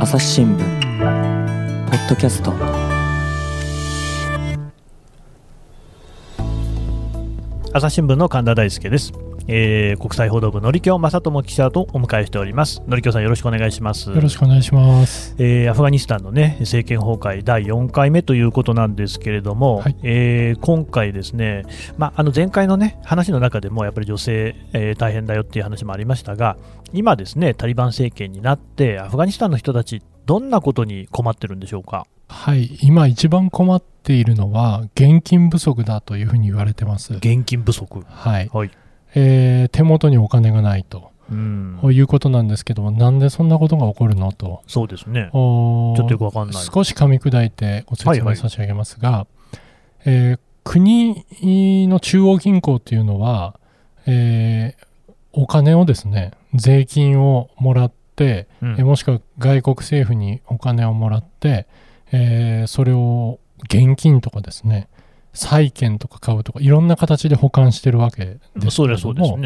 朝日新聞ポッドキャスト。 朝日新聞の神田大輔です。国際報道部のりきょ正智記者とお迎えしております。のりきょさん、よろしくお願いします。 よろしくお願いします。 アフガニスタンの、政権崩壊第4回目ということなんですけれども、はい、今回ですね、前回の、話の中でもやっぱり女性、大変だよっていう話もありましたが、今ですね、タリバン政権になってアフガニスタンの人たちどんなことに困ってるんでしょうか。 はい、今一番困っているのは現金不足だというふうに言われてます。 現金不足、 はい、はい。手元にお金がないと、いうことなんですけども、なんでそんなことが起こるのと。 そうですね、ちょっとよくわかんない。 少し噛み砕いてご説明差し上げますが、国の中央銀行というのは、お金をですね、税金をもらって、もしくは外国政府にお金をもらって、それを現金とかですね、債券とか買うとかいろんな形で保管してるわけですけれども、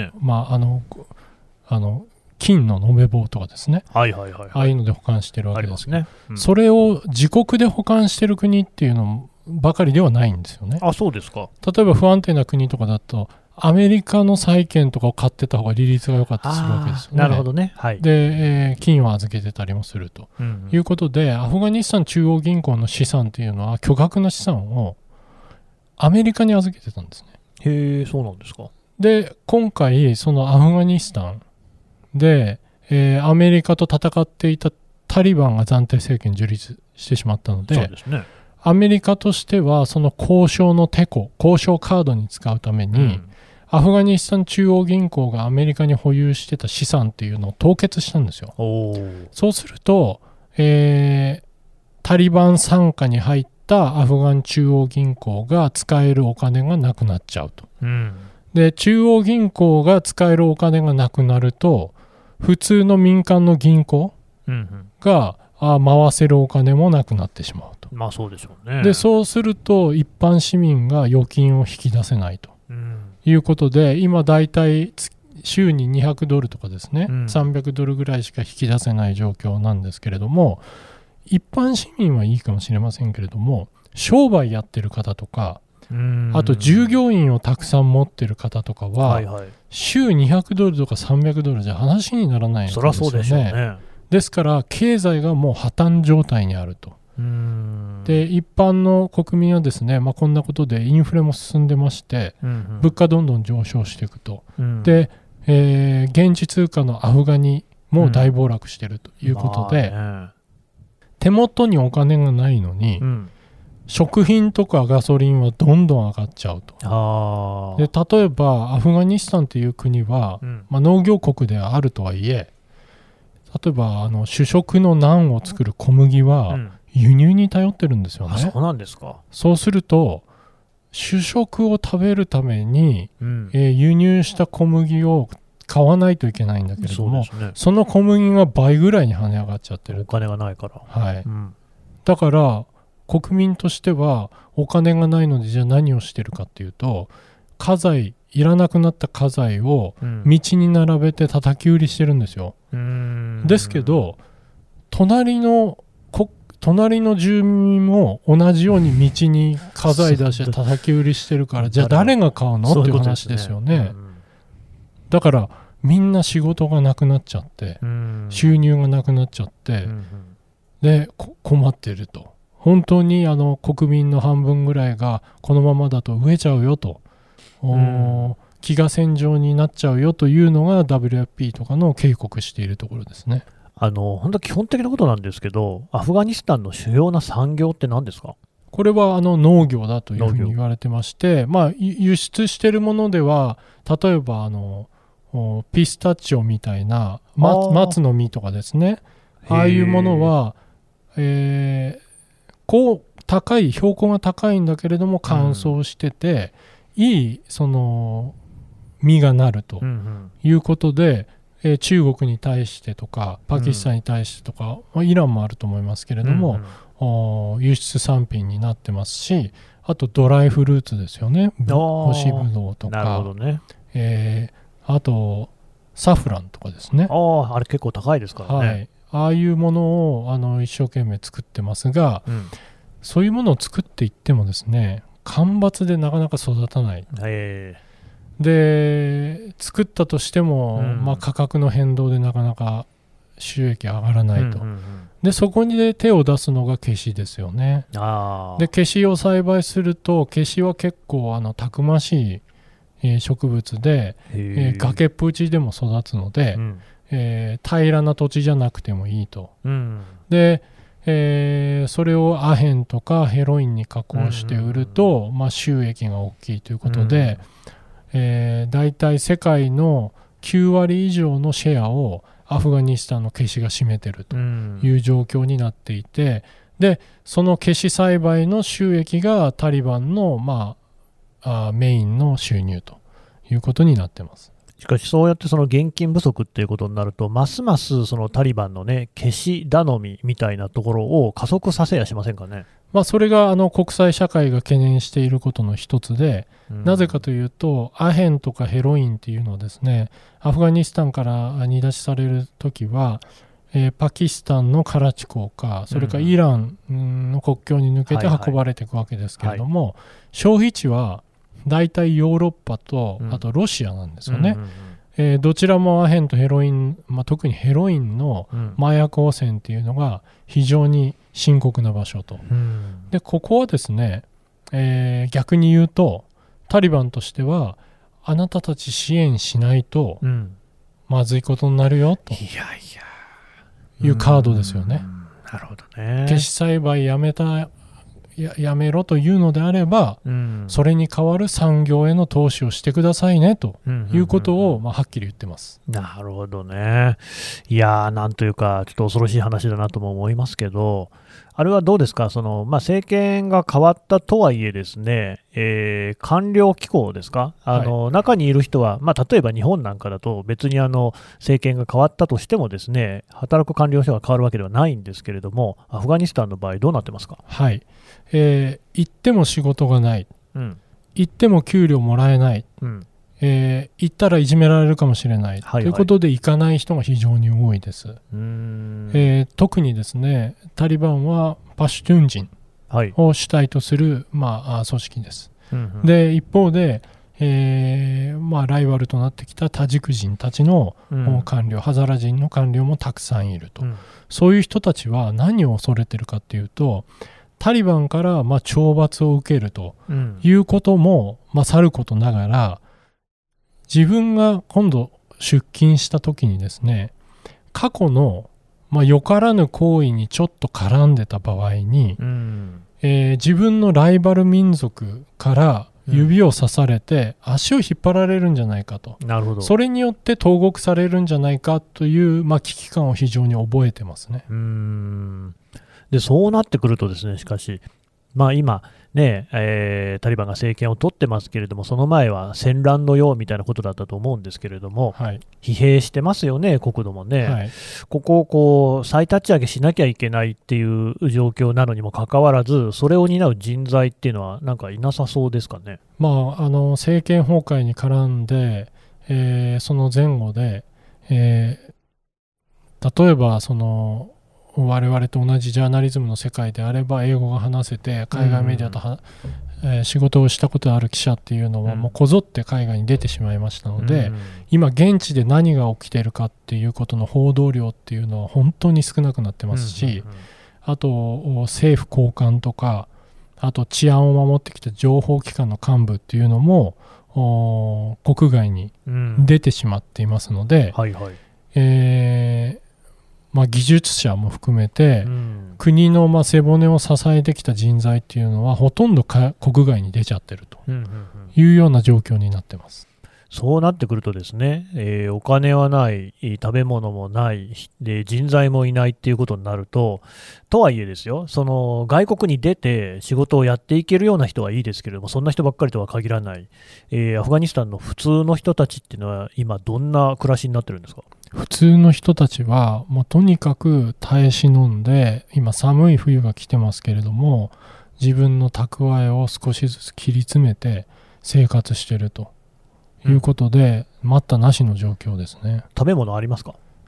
金の延べ棒とかですね、ああいうので保管してるわけですね。それを自国で保管してる国っていうのばかりではないんですよね。 あ、そうですか。 例えば不安定な国とかだとアメリカの債券とかを買ってた方が利率が良かったりするわけですよね。 なるほどね。はい、 で、金を預けてたりもすると、いうことで、アフガニスタン中央銀行の資産っていうのは巨額な資産をアメリカに預けてたんですね。 へえ、そうなんですか。 で、今回そのアフガニスタンで、アメリカと戦っていたタリバンが暫定政権樹立してしまったので、 そうですね、 アメリカとしてはその交渉のテコ、交渉カードに使うために、アフガニスタン中央銀行がアメリカに保有してた資産っていうのを凍結したんですよ。そうすると、タリバン傘下に入ったアフガン中央銀行が使えるお金がなくなっちゃうと、で、中央銀行が使えるお金がなくなると、普通の民間の銀行が回せるお金もなくなってしまうと。 そうでしょうね。 で、そうすると一般市民が預金を引き出せないと、いうことで、今だいたい週に200ドルとかですね、300ドルぐらいしか引き出せない状況なんですけれども、一般市民はいいかもしれませんけれども、商売やってる方とか、あと従業員をたくさん持ってる方とかは、週200ドルとか300ドルじゃ話にならないんですよね。 そりゃそうでしょうね。 ですから経済がもう破綻状態にあると。で、一般の国民はですね、こんなことでインフレも進んでまして、物価どんどん上昇していくと、で、現地通貨のアフガニも大暴落しているということで、手元にお金がないのに、食品とかガソリンはどんどん上がっちゃうと。で、例えばアフガニスタンという国は、農業国であるとはいえ、例えば主食のナンを作る小麦は輸入に頼ってるんですよね。 そうなんですか。 そうすると主食を食べるために、輸入した小麦を買わないといけないんだけれども、 その小麦が倍ぐらいに跳ね上がっちゃってる。 お金がないから、 だから国民としてはお金がないので、じゃあ何をしてるかっていうと、家財、いらなくなった家財を道に並べて叩き売りしてるんですよ。ですけど隣の住民も同じように道に家財出して叩き売りしてるから、じゃあ誰が買うのっていう話ですよね。だからみんな仕事がなくなっちゃって、収入がなくなっちゃって、で困っていると。本当に国民の半分ぐらいがこのままだと飢えちゃうよと、飢餓戦場になっちゃうよというのが WFP とかの警告しているところですね。 本当基本的なことなんですけど、アフガニスタンの主要な産業って何ですか？ これは農業だというふうに言われてまして、輸出しているものでは、例えばピスタチオみたいな松の実とかですね、ああいうものは、標高が高いんだけれども乾燥してて、いい実がなるということで、中国に対してとかパキスタンに対してとか、イランもあると思いますけれども、輸出産品になってますし、あとドライフルーツですよね。干しぶどうとか、あとサフランとかですね。 あれ結構高いですからね。 ああいうものを一生懸命作ってますが、そういうものを作っていってもですね、干ばつでなかなか育たない。で作ったとしても、価格の変動でなかなか収益上がらないと。でそこに手を出すのがケシですよね。でケシを栽培すると、ケシは結構たくましい植物で、崖っぷちでも育つので、平らな土地じゃなくてもいいと。で、それをアヘンとかヘロインに加工して売ると、収益が大きいということで、だいたい世界の9割以上のシェアをアフガニスタンのケシが占めているという状況になっていて、でそのケシ栽培の収益がタリバンの、メインの収入ということになっています。 しかしそうやってその現金不足っていうことになると、ますますそのタリバンのね、ケシ頼みみたいなところを加速させやしませんかね。 それが国際社会が懸念していることの一つで、なぜかというと、アヘンとかヘロインっていうのはですね、アフガニスタンから煮出しされるときは、パキスタンのカラチ港か、それからイランの国境に抜けて運ばれていくわけですけれども、消費地は大体ヨーロッパと、あとロシアなんですよね。どちらもアヘンとヘロイン、特にヘロインの麻薬汚染っていうのが非常に深刻な場所と。でここはですね、逆に言うとタリバンとしては、あなたたち支援しないとまずいことになるよというカードですよね。 なるほどね。 ケシ栽培やめろというのであれば、それに代わる産業への投資をしてくださいねということをはっきり言ってます。 なるほどね。いやー、なんというかちょっと恐ろしい話だなとも思いますけど、あれはどうですか、政権が変わったとはいえですね、官僚機構ですか、中にいる人は、例えば日本なんかだと別に政権が変わったとしてもですね、働く官僚者が変わるわけではないんですけれども、アフガニスタンの場合どうなってますか。 はい、行っても仕事がない、行っても給料もらえない、行ったらいじめられるかもしれない、ということで行かない人が非常に多いです。特にですね、タリバンはパシュトゥン人を主体とする、組織です。で一方で、ライバルとなってきたタジク人たちの官僚、ハザラ人の官僚もたくさんいると。そういう人たちは何を恐れてるかっていうと、タリバンから懲罰を受けるということも、さることながら、自分が今度出勤した時にですね、過去の、よからぬ行為にちょっと絡んでた場合に、自分のライバル民族から指を刺されて足を引っ張られるんじゃないかと。 なるほど。 それによって投獄されるんじゃないかという、危機感を非常に覚えてますね。 でそうなってくるとですね、しかし、今ね、タリバンが政権を取ってますけれども、その前は戦乱の世みたいなことだったと思うんですけれども、疲弊してますよね、国土もね。ここを再立ち上げしなきゃいけないっていう状況なのにもかかわらず、それを担う人材っていうのはなんかいなさそうですかね。 政権崩壊に絡んで、その前後で、例えば我々と同じジャーナリズムの世界であれば英語が話せて海外メディアと仕事をしたことがある記者っていうのはもうこぞって海外に出てしまいましたので、今現地で何が起きているかっていうことの報道量っていうのは本当に少なくなってますし、あと政府高官とか、あと治安を守ってきた情報機関の幹部っていうのも国外に出てしまっていますので、技術者も含めて、国の背骨を支えてきた人材っていうのはほとんど国外に出ちゃってるというような状況になってます。 そうなってくるとですね、お金はない、食べ物もないで、人材もいないっていうことになると、とはいえですよ、その外国に出て仕事をやっていけるような人はいいですけれども、そんな人ばっかりとは限らない、アフガニスタンの普通の人たちっていうのは今どんな暮らしになってるんですか。 普通の人たちはとにかく耐え忍んで、今寒い冬が来てますけれども、自分の蓄えを少しずつ切り詰めて生活しているということで、待ったなしの状況ですね。 食べ物ありますか。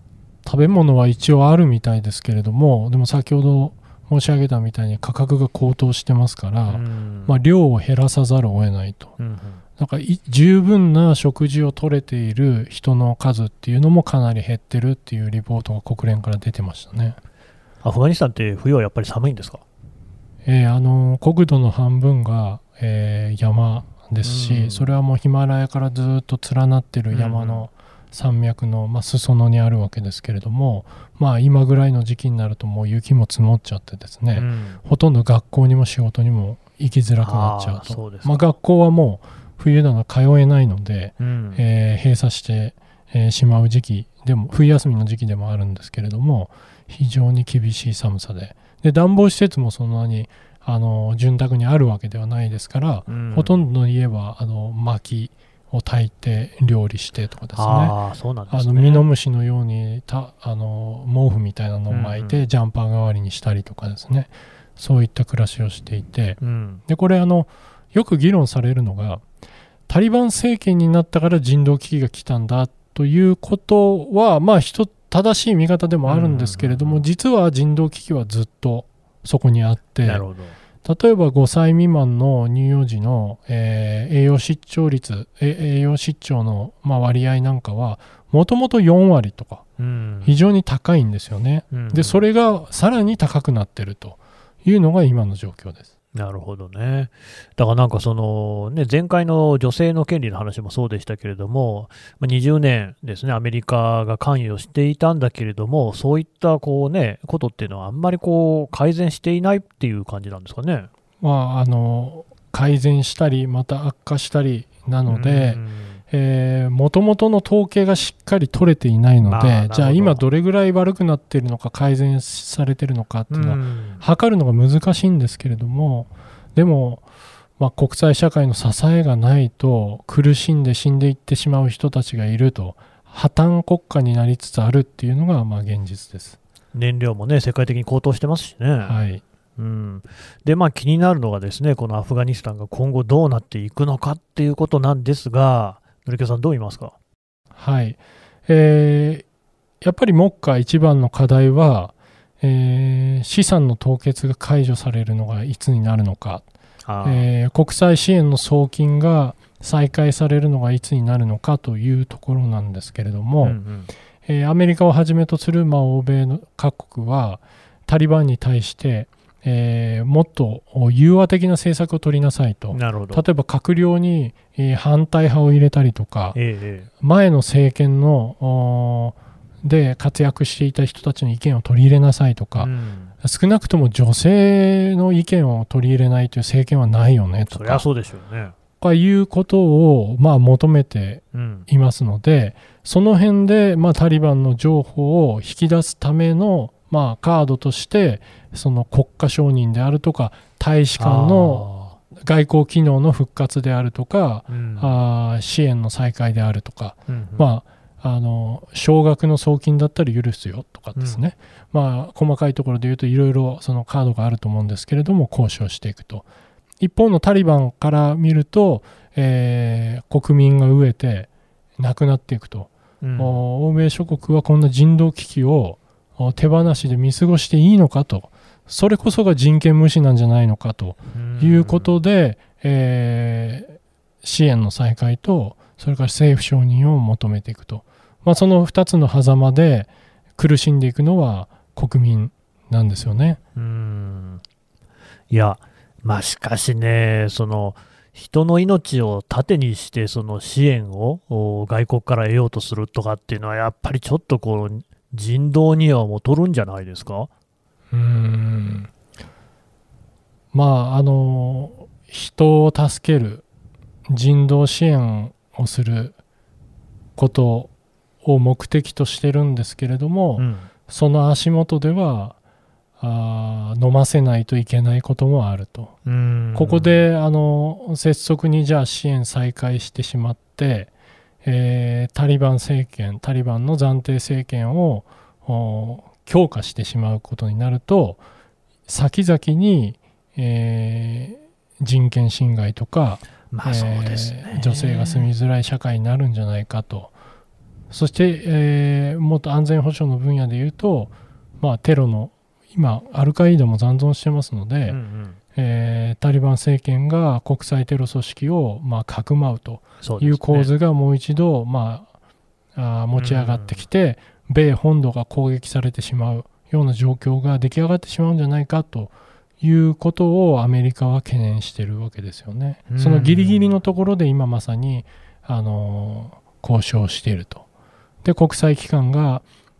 食べ物は一応あるみたいですけれども、でも先ほど申し上げたみたいに価格が高騰してますから、量を減らさざるを得ないと。だから十分な食事を取れている人の数っていうのもかなり減ってるっていうリポートが国連から出てましたね。 アフガニスタンって冬はやっぱり寒いんですか？ 国土の半分が、山ですし、それはもうヒマラヤからずっと連なってる山の山脈の、裾野にあるわけですけれども、今ぐらいの時期になるともう雪も積もっちゃってですね、ほとんど学校にも仕事にも行きづらくなっちゃうと。学校はもう冬なら通えないので、閉鎖して、しまう時期でも、冬休みの時期でもあるんですけれども、非常に厳しい寒さで、暖房施設もそんなに潤沢にあるわけではないですから、ほとんどの家は薪を焚いて料理してとかですね、ミノムシのように毛布みたいなのを巻いてジャンパー代わりにしたりとかですね、そういった暮らしをしていて、でこれよく議論されるのが、タリバン政権になったから人道危機が来たんだということは、正しい見方でもあるんですけれども、実は人道危機はずっとそこにあって、例えば5歳未満の乳幼児の、栄養失調の、割合なんかはもともと4割とか非常に高いんですよね。でそれがさらに高くなっているというのが今の状況です。 なるほどね。だから前回の女性の権利の話もそうでしたけれども、20年ですね、アメリカが関与していたんだけれども、そういったことっていうのはあんまり改善していないっていう感じなんですかね。 改善したりまた悪化したりなので、もともとの統計がしっかり取れていないので、じゃあ今どれぐらい悪くなっているのか改善されているのかっていうのは測るのが難しいんですけれども、でも、国際社会の支えがないと苦しんで死んでいってしまう人たちがいると、破綻国家になりつつあるっていうのが現実です。 燃料もね世界的に高騰してますしね。 はい。 で気になるのがですね、このアフガニスタンが今後どうなっていくのかっていうことなんですが、のりけさんどう言いますか？ はい、やっぱり目下一番の課題は、資産の凍結が解除されるのがいつになるのか、国際支援の送金が再開されるのがいつになるのかというところなんですけれども、アメリカをはじめとする欧米の各国はタリバンに対してもっと融和的な政策を取りなさいと。例えば閣僚に反対派を入れたりとか、前の政権で活躍していた人たちの意見を取り入れなさいとか、少なくとも女性の意見を取り入れないという政権はないよねとか、 そりゃそうでしょうね。 いうことを求めていますので、その辺でタリバンの譲歩を引き出すためのカードとしてその国家承認であるとか大使館の外交機能の復活であるとか、支援の再開であるとか、少額の送金だったら許すよとかですね、細かいところで言うといろいろそのカードがあると思うんですけれども、交渉していくと。一方のタリバンから見ると、国民が飢えて亡くなっていくと、欧米諸国はこんな人道危機を手放しで見過ごしていいのかと、それこそが人権無視なんじゃないのかということで、支援の再開とそれから政府承認を求めていくと、その2つの狭間で苦しんでいくのは国民なんですよね。 いや、しかしね、人の命を盾にしてその支援を外国から得ようとするとかっていうのはやっぱりちょっと人道には劣るんじゃないですか？ 人を助ける人道支援をすることを目的としてるんですけれども、その足元では飲ませないといけないこともあると。ここで拙速にじゃあ支援再開してしまって、タリバンの暫定政権を強化してしまうことになると、先々に、人権侵害とか、 そうですね、 女性が住みづらい社会になるんじゃないかとそして、もっと安全保障の分野でいうと、テロの今アルカイダも残存してますので、タリバン政権が国際テロ組織をかくまうという構図がもう一度持ち上がってきて、米本土が攻撃されてしまうような状況が出来上がってしまうんじゃないかということをアメリカは懸念しているわけですよね。そのギリギリのところで今まさに交渉していると。で、国際機関が、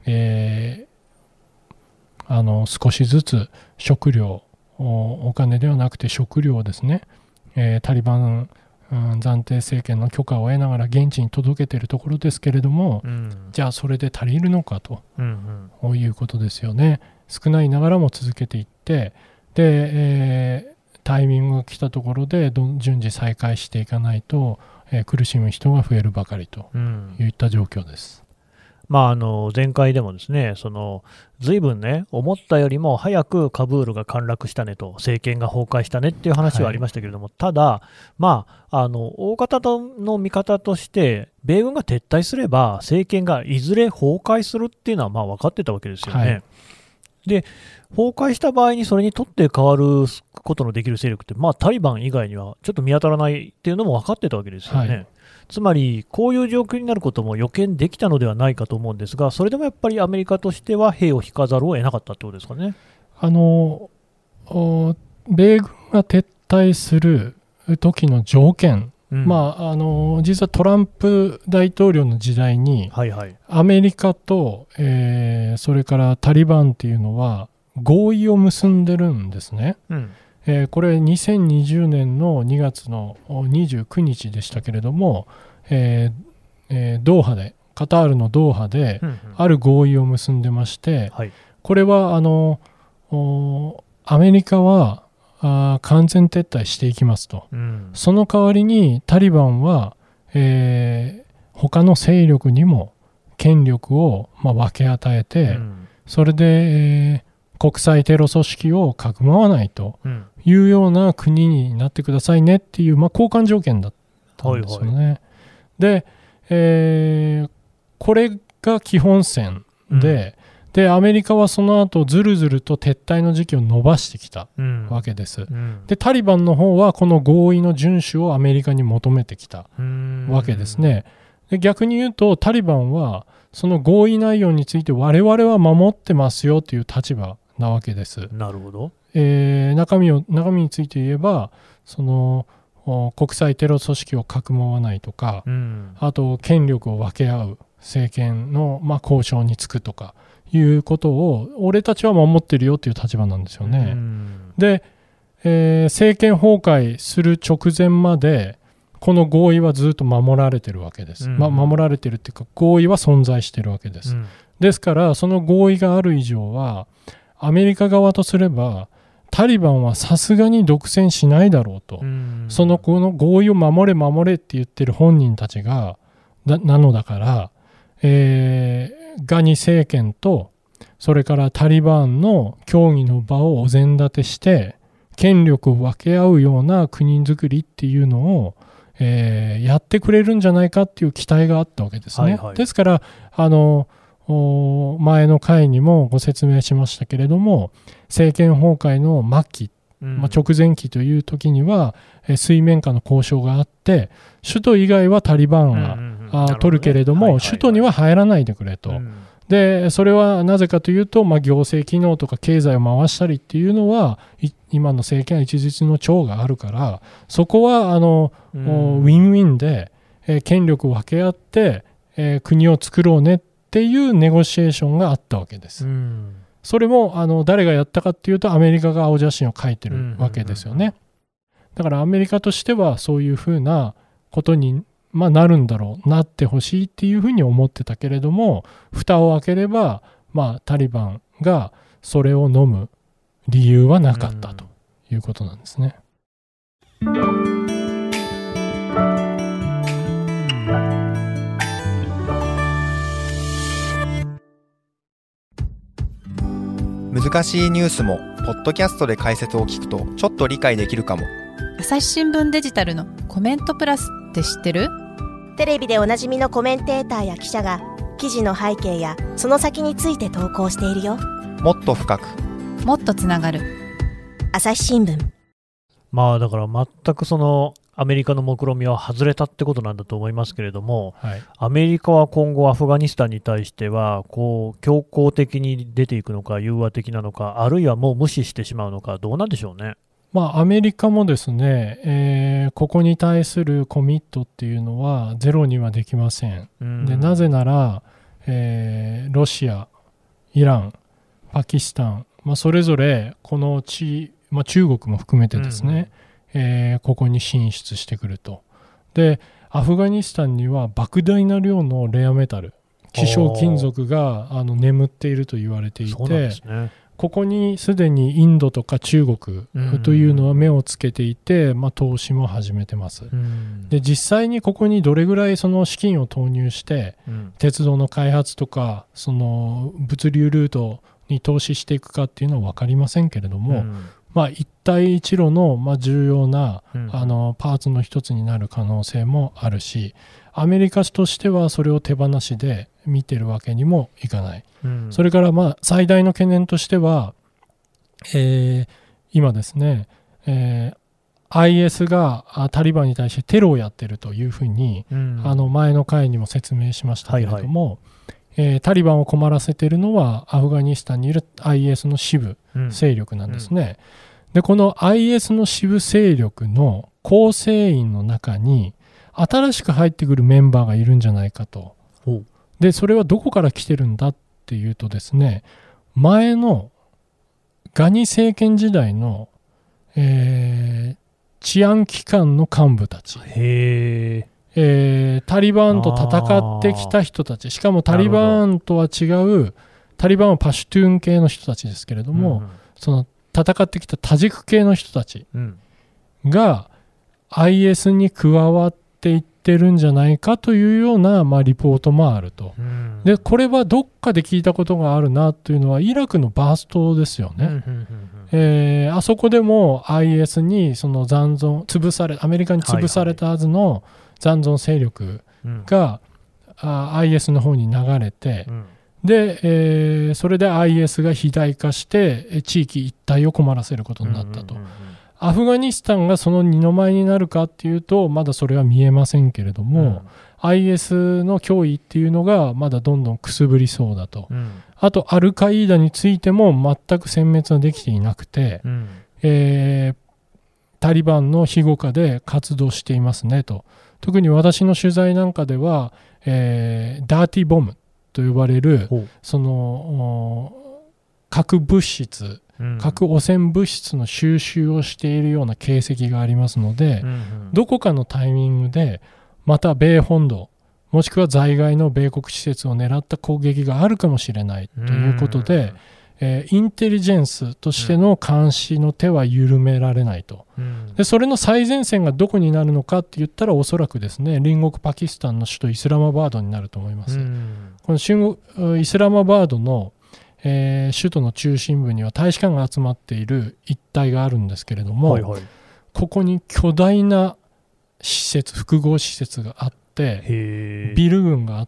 少しずつ食料、お金ではなくて食料をですね、タリバン、暫定政権の許可を得ながら現地に届けているところですけれども、じゃあそれで足りるのかと、いうことですよね。少ないながらも続けていって、で、タイミングが来たところで順次再開していかないと、苦しむ人が増えるばかりといった状況です。 前回でもですね、ずいぶんね、思ったよりも早くカブールが陥落したねと、政権が崩壊したねっていう話はありましたけれども、ただ、大方の見方として、米軍が撤退すれば、政権がいずれ崩壊するっていうのは分かってたわけですよね。で、崩壊した場合にそれに取って代わることのできる勢力って、タリバン以外にはちょっと見当たらないっていうのも分かってたわけですよね。つまり、こういう状況になることも予見できたのではないかと思うんですが、それでもやっぱりアメリカとしては兵を引かざるを得なかったということですかね。 米軍が撤退する時の条件、実はトランプ大統領の時代に、アメリカと、それからタリバンっていうのは合意を結んでるんですね。これ2020年の2月の29日でしたけれども、ドーハでカタールのドーハである合意を結んでまして、これはアメリカは完全撤退していきますと、その代わりにタリバンは、他の勢力にも権力を分け与えて、それで、国際テロ組織をかくまわないというような国になってくださいねっていう、交換条件だったんですよね。で、これが基本線で、アメリカはその後ずるずると撤退の時期を延ばしてきたわけです。で、タリバンの方はこの合意の遵守をアメリカに求めてきたわけですね。で、逆に言うとタリバンはその合意内容について我々は守ってますよという立場なわけです。 なるほど。 中身について言えば、その国際テロ組織をかくまわないとか、あと権力を分け合う政権の、交渉につくとかいうことを俺たちは守ってるよという立場なんですよね。で、政権崩壊する直前までこの合意はずっと守られてるわけです。守られてるっていうか合意は存在してるわけです。ですからその合意がある以上はアメリカ側とすればタリバンはさすがに独占しないだろうと、この合意を守れって言ってる本人たちがなのだから、ガニ政権とそれからタリバンの協議の場をお膳立てして権力を分け合うような国づくりっていうのを、やってくれるんじゃないかっていう期待があったわけですね。ですから前の回にもご説明しましたけれども、政権崩壊の末期、直前期という時には水面下の交渉があって、首都以外はタリバンが取るけれども、首都には入らないでくれと。でそれはなぜかというと、行政機能とか経済を回したりっていうのは今の政権は一日の長があるから、そこはウィンウィンで、権力を分け合って、国を作ろうねっていうネゴシエーションがあったわけです。それも誰がやったかっていうとアメリカが青写真を書いてるわけですよね。だからアメリカとしてはそういうふうなことになるんだろう、なってほしいっていうふうに思ってたけれども、蓋を開ければタリバンがそれを飲む理由はなかったということなんですね。 難しいニュースもポッドキャストで解説を聞くとちょっと理解できるかも。 朝日新聞デジタルのコメントプラスって知ってる？ テレビでおなじみのコメンテーターや記者が記事の背景やその先について投稿しているよ。 もっと深く、 もっとつながる。 朝日新聞。 だから全くそのアメリカの目論見みは外れたってことなんだと思いますけれども、 はい、 アメリカは今後アフガニスタンに対しては強硬的に出ていくのか、融和的なのか、あるいはもう無視してしまうのか、どうなんでしょうね。 アメリカもですね、ここに対するコミットっていうのはゼロにはできません。でなぜなら、ロシア、イラン、パキスタン、それぞれこの中国も含めてですね、ここに進出してくると。でアフガニスタンには莫大な量のレアメタル、希少金属が眠っていると言われていて、 そうなんですね。 ここにすでにインドとか中国というのは目をつけていて、投資も始めてます。で実際にここにどれぐらいその資金を投入して、鉄道の開発とかその物流ルートに投資していくかっていうのは分かりませんけれども、一帯一路の重要なパーツの一つになる可能性もあるし、アメリカとしてはそれを手放しで見てるわけにもいかない。それから最大の懸念としては、今ですね、IS がタリバンに対してテロをやっているというふうに、前の回にも説明しましたけれども、タリバンを困らせているのはアフガニスタンにいる IS の支部勢力なんですね。でこの IS の支部勢力の構成員の中に新しく入ってくるメンバーがいるんじゃないかと。でそれはどこから来てるんだっていうとですね、前のガニ政権時代の、治安機関の幹部たち、タリバンと戦ってきた人たち、しかもタリバンとは違う、タリバンはパシュトゥーン系の人たちですけれども、その戦ってきたタジク系の人たちが IS に加わっていってるんじゃないかというような、リポートもあると。でこれはどっかで聞いたことがあるなというのはイラクのバーストですよね。あそこでも IS にその残存アメリカに潰されたはずの残存勢力が、IS の方に流れて、で、それで IS が肥大化して地域一帯を困らせることになったと。アフガニスタンがその二の舞になるかっていうとまだそれは見えませんけれども、IS の脅威っていうのがまだどんどんくすぶりそうだと。あとアルカイーダについても全く殲滅はできていなくて、タリバンの庇護下で活動していますねと。特に私の取材なんかでは、ダーティーボムと呼ばれるその核物質、核汚染物質の収集をしているような形跡がありますので、どこかのタイミングでまた米本土もしくは在外の米国施設を狙った攻撃があるかもしれないということで、インテリジェンスとしての監視の手は緩められないと。でそれの最前線がどこになるのかって言ったらおそらくですね、隣国パキスタンの首都イスラマバードになると思います。このイスラマバードの首都の中心部には大使館が集まっている一帯があるんですけれども、ここに巨大な施設、複合施設があってビル群があって、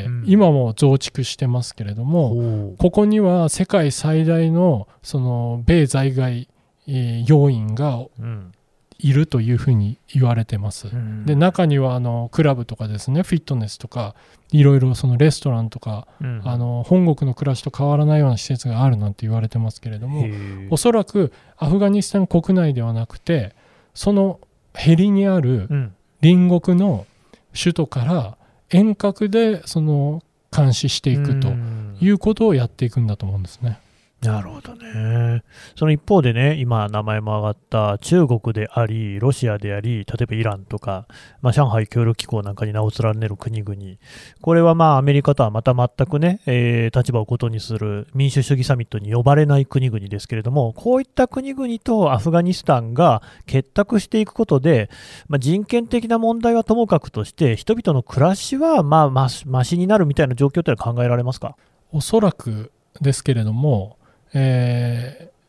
今も増築してますけれども、ここには世界最大のその米在外要員がいるというふうに言われてます。で中にはクラブとかですね、フィットネスとかいろいろそのレストランとか、本国の暮らしと変わらないような施設があるなんて言われてますけれども、おそらくアフガニスタン国内ではなくてそのへりにある隣国の首都から遠隔でその監視していくということをやっていくんだと思うんですね。 なるほどね。その一方でね、今名前も挙がった中国でありロシアであり、例えばイランとか、上海協力機構なんかに名を連ねる国々、これはアメリカとはまた全くね、立場を異にする民主主義サミットに呼ばれない国々ですけれども、こういった国々とアフガニスタンが結託していくことで、人権的な問題はともかくとして人々の暮らしはマシになるみたいな状況というのは考えられますか？ おそらくですけれども、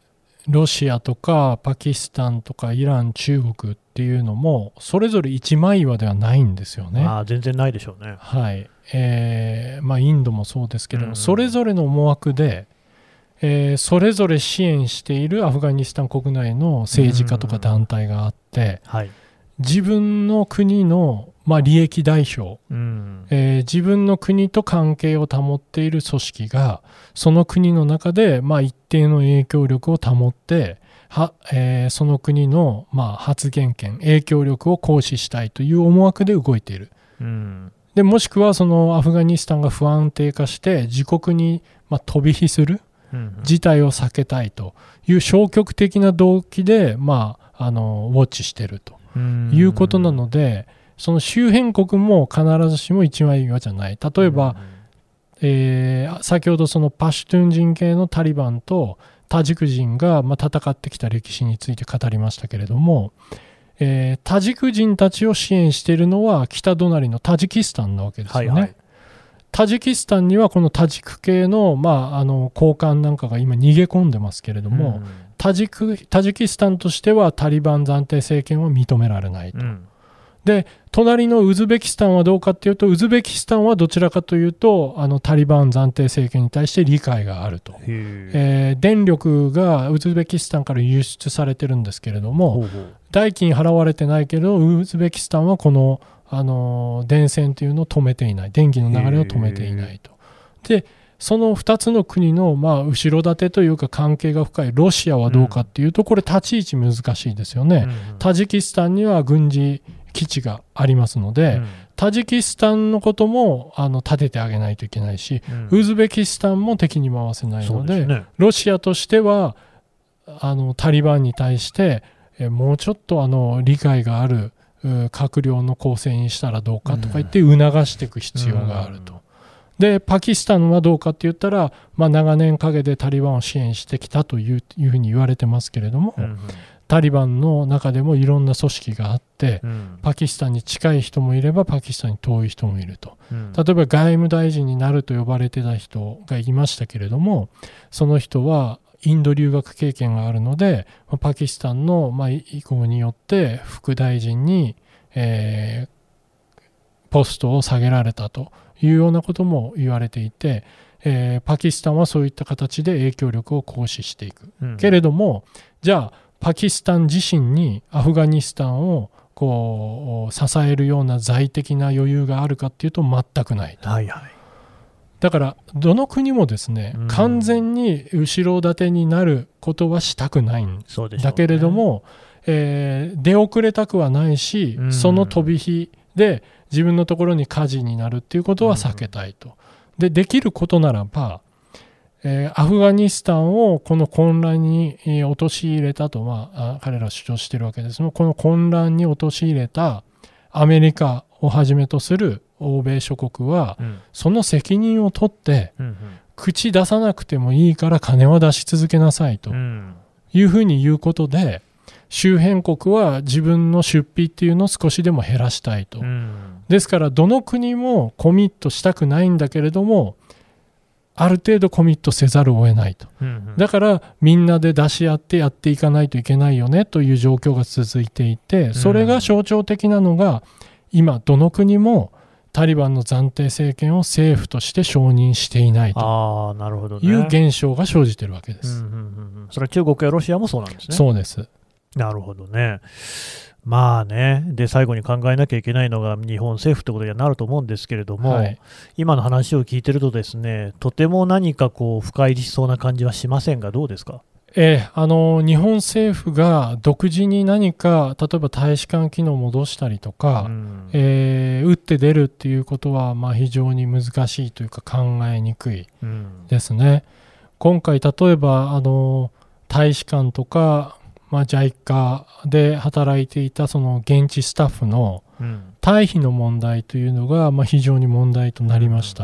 ロシアとかパキスタンとかイラン、中国っていうのもそれぞれ一枚岩ではないんですよね。 全然ないでしょうね。 はい。インドもそうですけども、それぞれの思惑で、それぞれ支援しているアフガニスタン国内の政治家とか団体があって、自分の国の、利益代表、自分の国と関係を保っている組織がその国の中で、一定の影響力を保ってその国の、発言権、影響力を行使したいという思惑で動いている。でもしくはそのアフガニスタンが不安定化して自国に、飛び火する事態を避けたいという消極的な動機で、ウォッチしているということなので、その周辺国も必ずしも一枚岩じゃない。例えば、先ほどそのパシュトゥン人系のタリバンとタジク人が戦ってきた歴史について語りましたけれども、タジク人たちを支援しているのは北隣のタジキスタンなわけですよね。タジキスタンにはこのタジク系の、高官なんかが今逃げ込んでますけれども、タジキスタンとしてはタリバン暫定政権は認められないと。で隣のウズベキスタンはどうかというと、ウズベキスタンはどちらかというとタリバン暫定政権に対して理解があると。電力がウズベキスタンから輸出されてるんですけれども、代金払われてないけどウズベキスタンはこの、電線というのを止めていない、電気の流れを止めていないと。でその2つの国の、後ろ盾というか関係が深いロシアはどうかというと、これ立ち位置難しいですよね。タジキスタンには軍事基地がありますので、タジキスタンのことも立ててあげないといけないし、ウズベキスタンも敵に回せないので、ロシアとしてはタリバンに対してもうちょっと理解がある閣僚の構成にしたらどうかとか言って促していく必要があると。でパキスタンはどうかって言ったら、長年陰でタリバンを支援してきたというふうに言われてますけれども、タリバンの中でもいろんな組織があって、パキスタンに近い人もいればパキスタンに遠い人もいると。例えば外務大臣になると呼ばれてた人がいましたけれども、その人はインド留学経験があるので、パキスタンの意向によって副大臣に、ポストを下げられたというようなことも言われていて、パキスタンはそういった形で影響力を行使していく、けれども、じゃあパキスタン自身にアフガニスタンを支えるような財的な余裕があるかっていうと全くないと。だからどの国もですね、完全に後ろ盾になることはしたくないんだけれども、出遅れたくはないし、その飛び火で自分のところに火事になるっていうことは避けたいと。できることならば、アフガニスタンをこの混乱に陥れたと、彼らは主張しているわけですが、この混乱に陥れたアメリカをはじめとする欧米諸国は、その責任を取って、口出さなくてもいいから金は出し続けなさいというふうに言うことで、周辺国は自分の出費っていうのを少しでも減らしたいと。ですからどの国もコミットしたくないんだけれども、ある程度コミットせざるを得ないと。だからみんなで出し合ってやっていかないといけないよねという状況が続いていて、それが象徴的なのが、今どの国もタリバンの暫定政権を政府として承認していないという現象が生じているわけです。 それは中国やロシアもそうなんですね。 そうです。 なるほどね。で最後に考えなきゃいけないのが日本政府ということにはなると思うんですけれども、今の話を聞いてるとですね、とても何か深入りしそうな感じはしませんが、どうですか？ 日本政府が独自に何か、例えば大使館機能を戻したりとか、打って出るっていうことは非常に難しいというか考えにくいですね。今回例えば大使館とかJICA で働いていたその現地スタッフの退避の問題というのが非常に問題となりました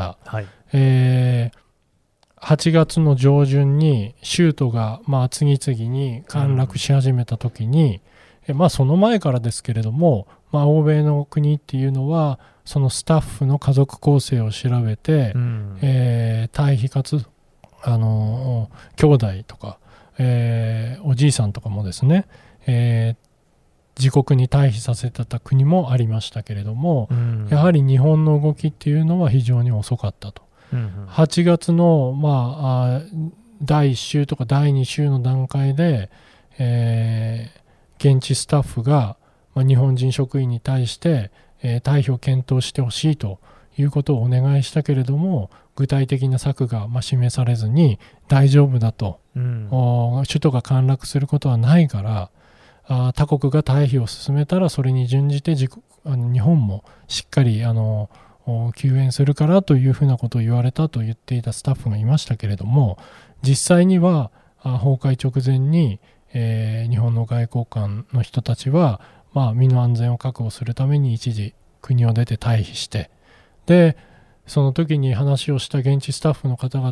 。8月の上旬に州都が次々に陥落し始めた時に、その前からですけれども、欧米の国っていうのはそのスタッフの家族構成を調べて、退避かつ兄弟とかおじいさんとかもですね、自国に退避させてた国もありましたけれども、やはり日本の動きっていうのは非常に遅かったと。8月の、第1週とか第2週の段階で、現地スタッフが、日本人職員に対して、退避を検討してほしいということをお願いしたけれども、具体的な策が示されずに大丈夫だと、首都が陥落することはないから他国が退避を進めたらそれに準じて日本もしっかり救援するからというふうなことを言われたと言っていたスタッフがいましたけれども、実際には崩壊直前に、日本の外交官の人たちは、身の安全を確保するために一時国を出て退避して、でその時に話をした現地スタッフの方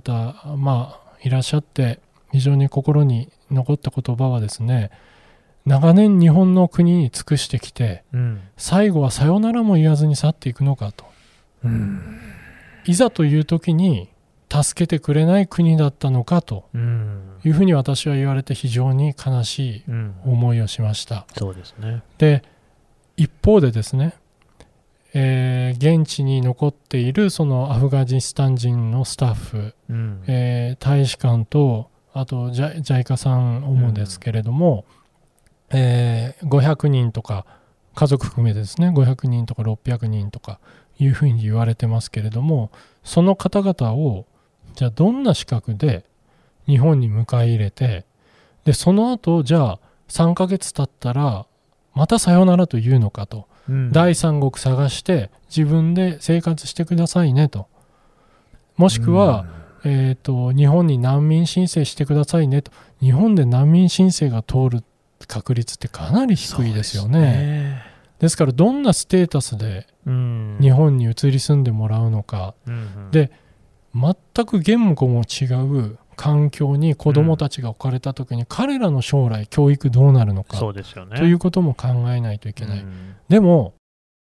々、いらっしゃって非常に心に残った言葉はですね、長年日本の国に尽くしてきて、最後はさよならも言わずに去っていくのかと、いざという時に助けてくれない国だったのかというふうに私は言われて非常に悲しい思いをしました。 そうですね。で一方でですね、現地に残っているそのアフガニスタン人のスタッフ、大使館とあとJICA さん主ですけれども、500人とか家族含めてですね500人とか600人とかいうふうに言われてますけれども、その方々をじゃあどんな資格で日本に迎え入れて、でその後じゃあ3ヶ月経ったらまたさよならというのかと、第三国探して自分で生活してくださいねと、もしくは、日本に難民申請してくださいねと。日本で難民申請が通る確率ってかなり低いですよね。ですからどんなステータスで日本に移り住んでもらうのか、で全く言語も違う環境に子どもたちが置かれた時に、彼らの将来教育どうなるのか、そうですよね、ということも考えないといけない。でも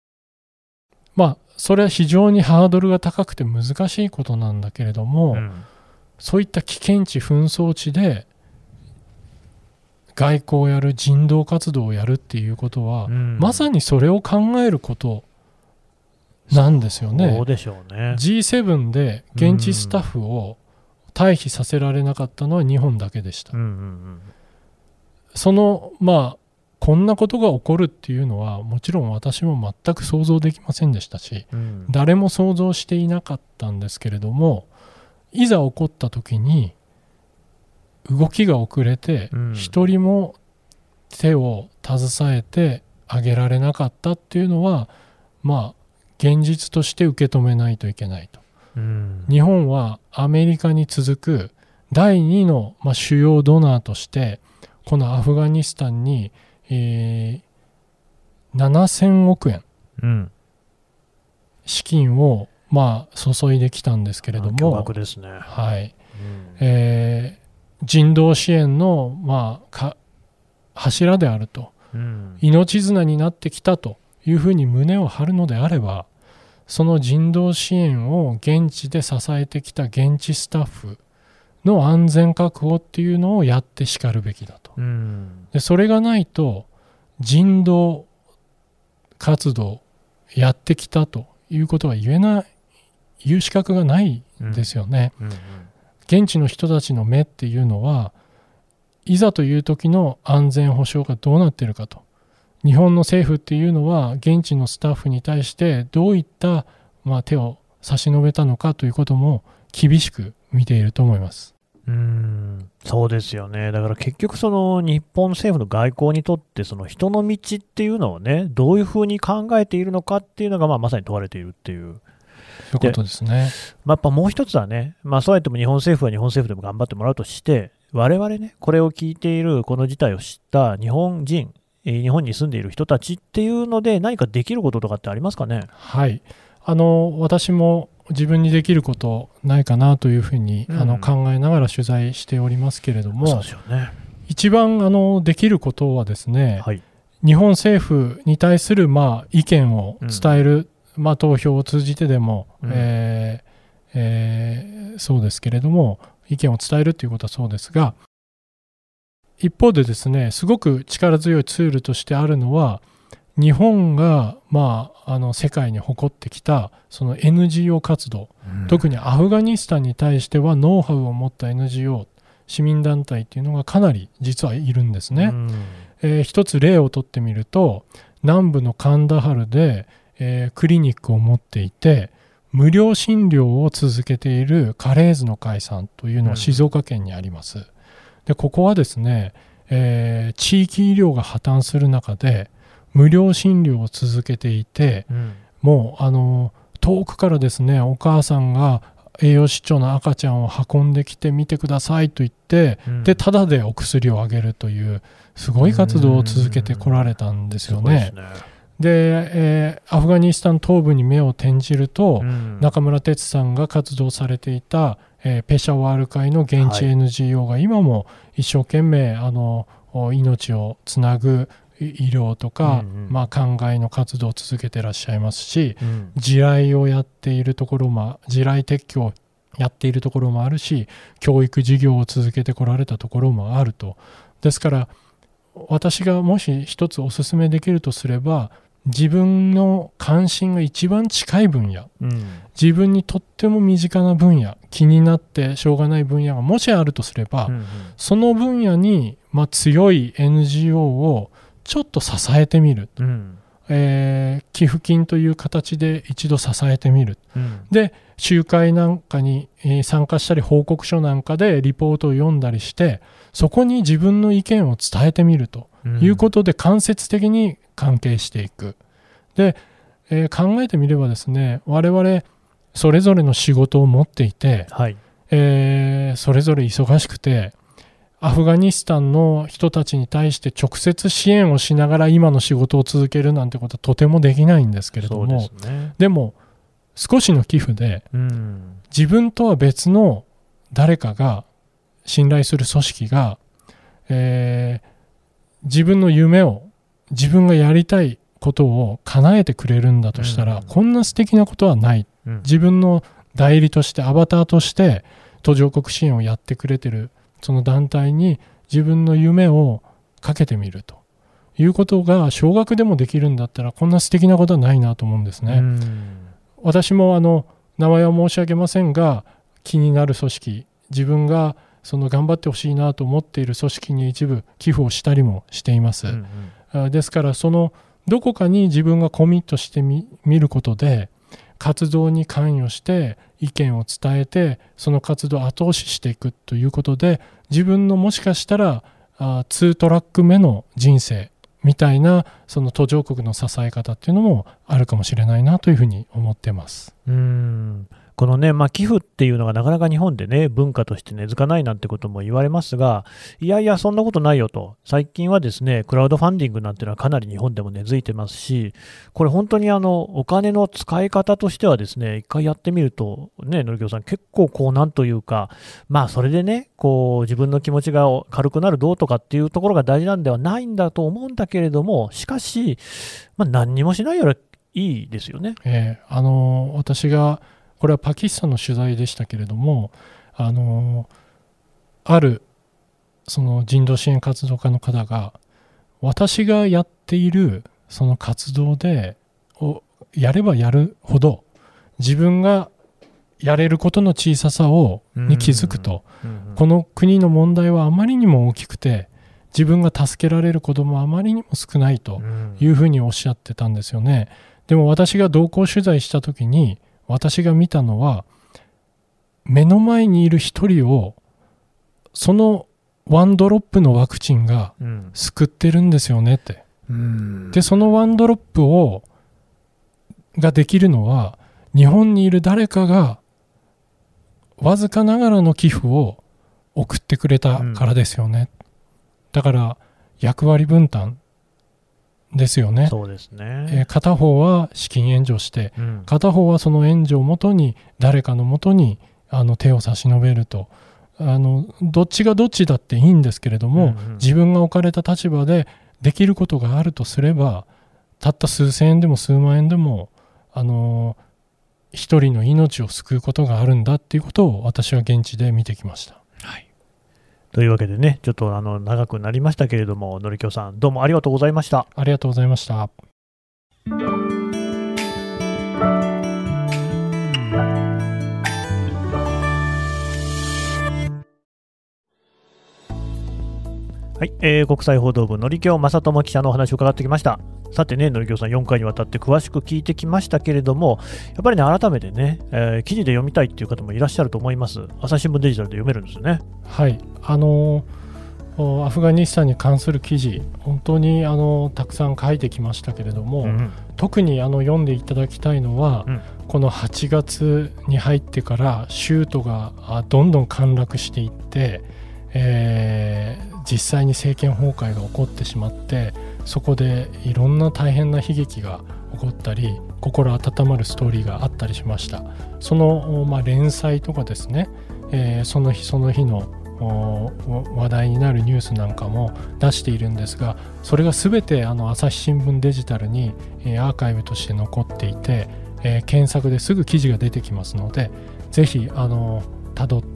それは非常にハードルが高くて難しいことなんだけれども、そういった危険地紛争地で外交をやる、人道活動をやるっていうことは、まさにそれを考えることなんですよね。 そうでしょうね。 G7 で現地スタッフを退避させられなかったのは日本だけでした。そのこんなことが起こるっていうのはもちろん私も全く想像できませんでしたし、誰も想像していなかったんですけれども、いざ起こった時に動きが遅れて一人も手を携えてあげられなかったっていうのは現実として受け止めないといけないと。日本はアメリカに続く第2の主要ドナーとしてこのアフガニスタンに7000億円、資金を注いできたんですけれども、 巨額ですね。 はい、人道支援の柱であると、命綱になってきたというふうに胸を張るのであれば、その人道支援を現地で支えてきた現地スタッフの安全確保っていうのをやってしかるべきだと。でそれがないと人道活動やってきたということは言う資格がないんですよね。現地の人たちの目っていうのはいざという時の安全保障がどうなっているかと、日本の政府っていうのは現地のスタッフに対してどういった手を差し伸べたのかということも厳しく見ていると思います。 そうですよね。だから結局その日本政府の外交にとってその人の道っていうのをね、どういうふうに考えているのかっていうのがまさに問われているっていうそういうことですね。 やっぱもう一つはね、そうやっても日本政府は日本政府でも頑張ってもらうとして、我々ね、これを聞いているこの事態を知った日本人、日本に住んでいる人たちっていうので何かできることとかってありますかね。 はい、私も自分にできることないかなというふうに、考えながら取材しておりますけれども、 そうですよね。 一番できることはですね、日本政府に対する意見を伝える、投票を通じてでも、そうですけれども意見を伝えるということはそうですが、 一方でですね、すごく力強いツールとしてあるのは、日本が、世界に誇ってきたその NGO 活動、特にアフガニスタンに対してはノウハウを持った NGO、市民団体っていうのがかなり実はいるんですね。一つ例をとってみると、南部のカンダハルで、クリニックを持っていて無料診療を続けているカレーズの会さんというのは静岡県にあります。でここはですね、地域医療が破綻する中で無料診療を続けていて、もう遠くからですね、お母さんが栄養失調の赤ちゃんを運んできて見てくださいと言って、でタダでお薬をあげるというすごい活動を続けてこられたんですよね。で、アフガニスタン東部に目を転じると、中村哲さんが活動されていた、ペシャワール会の現地 NGO が今も一生懸命命をつなぐ医療とか、灌漑の活動を続けていらっしゃいますし、地雷をやっているところも、地雷撤去をやっているところもあるし、教育事業を続けてこられたところもあると。ですから私がもし一つお勧めできるとすれば、自分の関心が一番近い分野、自分にとっても身近な分野、気になってしょうがない分野がもしあるとすれば、その分野に、強い NGO をちょっと支えてみる、寄付金という形で一度支えてみる、で集会なんかに参加したり報告書なんかでリポートを読んだりして、そこに自分の意見を伝えてみるということで間接的に関係していく。で、考えてみればですね、我々それぞれの仕事を持っていて、それぞれ忙しくて、アフガニスタンの人たちに対して直接支援をしながら今の仕事を続けるなんてことはとてもできないんですけれども、でも少しの寄付で、自分とは別の誰かが、信頼する組織が、自分の夢を、自分がやりたいことを叶えてくれるんだとしたら、こんな素敵なことはない、自分の代理としてアバターとして途上国支援をやってくれてるその団体に自分の夢をかけてみるということが少額でもできるんだったら、こんな素敵なことはないなと思うんですね。私も名前は申し上げませんが、気になる組織、自分が頑張ってほしいなと思っている組織に一部寄付をしたりもしています。ですからどこかに自分がコミットしてみることで、活動に関与して意見を伝えて、その活動を後押ししていくということで、自分のもしかしたら2トラック目の人生みたいなその途上国の支え方っていうのもあるかもしれないなというふうに思ってます。 このね、寄付っていうのがなかなか日本でね、文化として根付かないなんてことも言われますが、いやいや、そんなことないよと。最近はですね、クラウドファンディングなんていうのはかなり日本でも根付いてますし、これ本当にお金の使い方としてはですね、一回やってみると、ね、のりきょうさん、結構なんというか、それでね、自分の気持ちが軽くなるどうとかっていうところが大事なんではないんだと思うんだけれども、しかし、何にもしないよりいいですよね。 私がこれはパキスタンの取材でしたけれども、あるその人道支援活動家の方が、私がやっているその活動でやればやるほど自分がやれることの小ささに気づくと、この国の問題はあまりにも大きくて、自分が助けられることもあまりにも少ないというふうにおっしゃってたんですよね。でも私が同行取材した時に、私が見たのは、目の前にいる一人をそのワンドロップのワクチンが救ってるんですよねって。でそのワンドロップができるのは、日本にいる誰かがわずかながらの寄付を送ってくれたからですよね。だから役割分担ですよね。 そうですね。 片方は資金援助して、片方はその援助をもとに誰かのもとに手を差し伸べると、どっちがどっちだっていいんですけれども、自分が置かれた立場でできることがあるとすれば、たった数千円でも数万円でも一人の命を救うことがあるんだっていうことを私は現地で見てきました。 とというわけでね、ちょっと長くなりましたけれども、のりきょうさんどうもありがとうございました。 ありがとうございました。 はい、国際報道部のりきょう正智記者のお話を伺ってきました。さてね、のりきょうさん4回にわたって詳しく聞いてきましたけれども、やっぱりね改めてね、記事で読みたいっていう方もいらっしゃると思います。朝日新聞デジタルで読めるんですよね。 はい、アフガニスタンに関する記事本当にたくさん書いてきましたけれども、特に読んでいただきたいのは、この8月に入ってから州都がどんどん陥落していって、実際に政権崩壊が起こってしまって、そこでいろんな大変な悲劇が起こったり心温まるストーリーがあったりしました。その、連載とかですね、その日その日の話題になるニュースなんかも出しているんですが、それが全て朝日新聞デジタルにアーカイブとして残っていて、検索ですぐ記事が出てきますので、ぜひ辿って、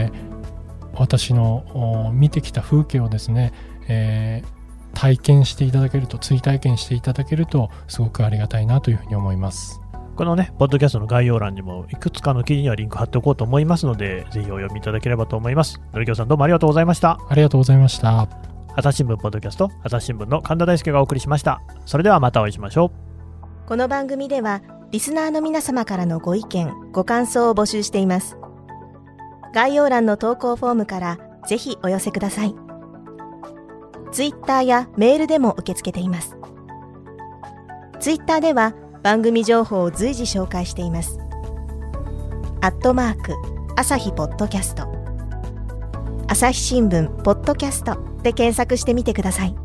私の見てきた風景をですね、体験していただけると、追体験していただけるとすごくありがたいなというふうに思います。 このねポッドキャストの概要欄にもいくつかの記事にはリンク貼っておこうと思いますので、ぜひお読みいただければと思います。のりきょうさんどうもありがとうございました。 ありがとうございました。 朝日新聞ポッドキャスト、朝日新聞の神田大輔がお送りしました。それではまたお会いしましょう。この番組ではリスナーの皆様からのご意見ご感想を募集しています。概要欄の投稿フォームからぜひお寄せください。ツイッターやメールでも受け付けています。ツイッターでは番組情報を随時紹介しています。@朝日ポッドキャスト、朝日新聞ポッドキャストで検索してみてください。